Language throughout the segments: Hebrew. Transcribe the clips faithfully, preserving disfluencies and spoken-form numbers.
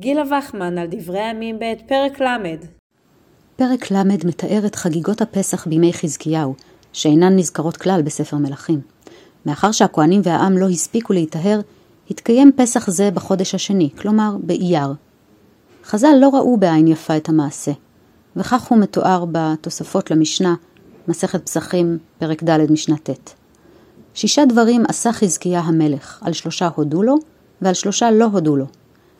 גילה וחמן על דברי הימים בעת פרק למד. פרק למד מתאר את חגיגות הפסח בימי חזקיהו, שאינן נזכרות כלל בספר מלכים. מאחר שהכהנים והעם לא הספיקו להיטהר, התקיים פסח זה בחודש השני, כלומר באייר. חז"ל לא ראו בעין יפה את המעשה, וכך הוא מתואר בתוספות למשנה, מסכת פסחים, פרק ד' משנה ט'. שישה דברים עשה חזקיה המלך, על שלושה הודו לו, ועל שלושה לא הודו לו.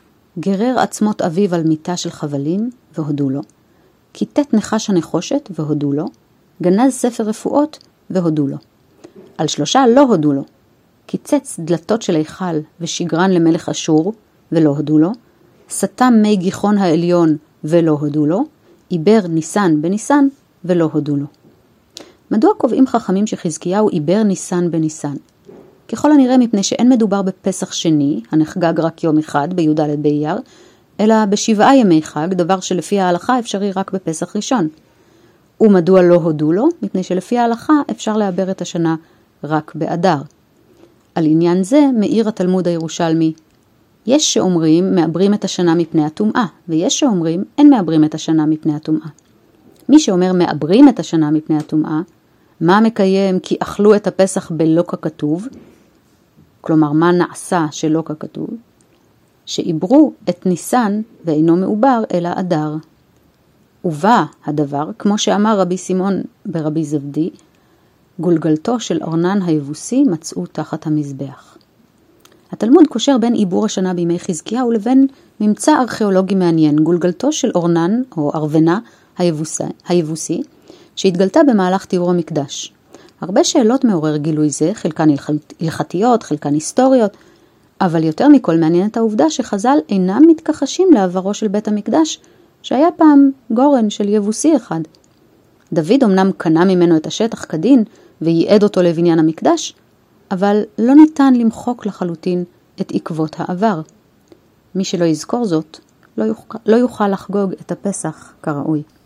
גרר עצמות אביו על מיטה של חבלים, והודו לו. כיתת נחש הנחושת, והודו לו. גנז ספר רפואות, והודו לו. על שלושה לא הודו לו. קיצץ דלתות של היכל ושגרן למלך אשור, ולא הודו לו. סתם מי גיחון העליון, ולא הודו לו. עיבר ניסן בניסן, ולא הודו לו. מדוע קובעים חכמים שחזקיהו עיבר ניסן בניסן? ככל הנראה מפני שאין מדובר בפסח שני, הנחגג רק יום אחד בי"ד באייר, אלא בשבעה ימי חג, דבר שלפי ההלכה אפשרי רק בפסח ראשון. ומדוע לא הודו לו? מפני שלפי ההלכה אפשר לעבר את השנה רק באדר. על עניין זה מאיר התלמוד הירושלמי. יש שאומרים מעברים את השנה מפני הטומאה, ויש שאומרים אין מעברים את השנה מפני הטומאה. מי שאומר מעברים את השנה מפני הטומאה, מה מקיים כי אכלו את הפסח בלא ככתוב, כלומר מה נעשה שלא ככתוב, שעיברו את ניסן ואינו מעובר אלא אדר. ובא הדבר, כמו שאמר רבי סימון ברבי זבדי, גולגלתו של אורנן היבוסי מצאו תחת המזבח. התלמוד קושר בין עיבור השנה בימי חזקיהו לבין ממצא ארכיאולוגי מעניין, גולגלתו של אורנן או ארוונה היבוסי, היבוסי שהתגלתה במהלך תיאור המקדש. הרבה שאלות מעורר גילוי זה, חלקן הלכתיות, חלקן היסטוריות, אבל יותר מכל מעניינת העובדה שחז"ל אינם מתכחשים לעברו של בית המקדש, שהיה פעם גורן של יבוסי אחד. דוד אמנם קנה ממנו את השטח כדין וייעד אותו לבניין המקדש, אבל לא ניתן למחוק לחלוטין את עקבות העבר. מי שלא יזכור זאת, לא יוכל, לא יוכל לחגוג את הפסח כראוי.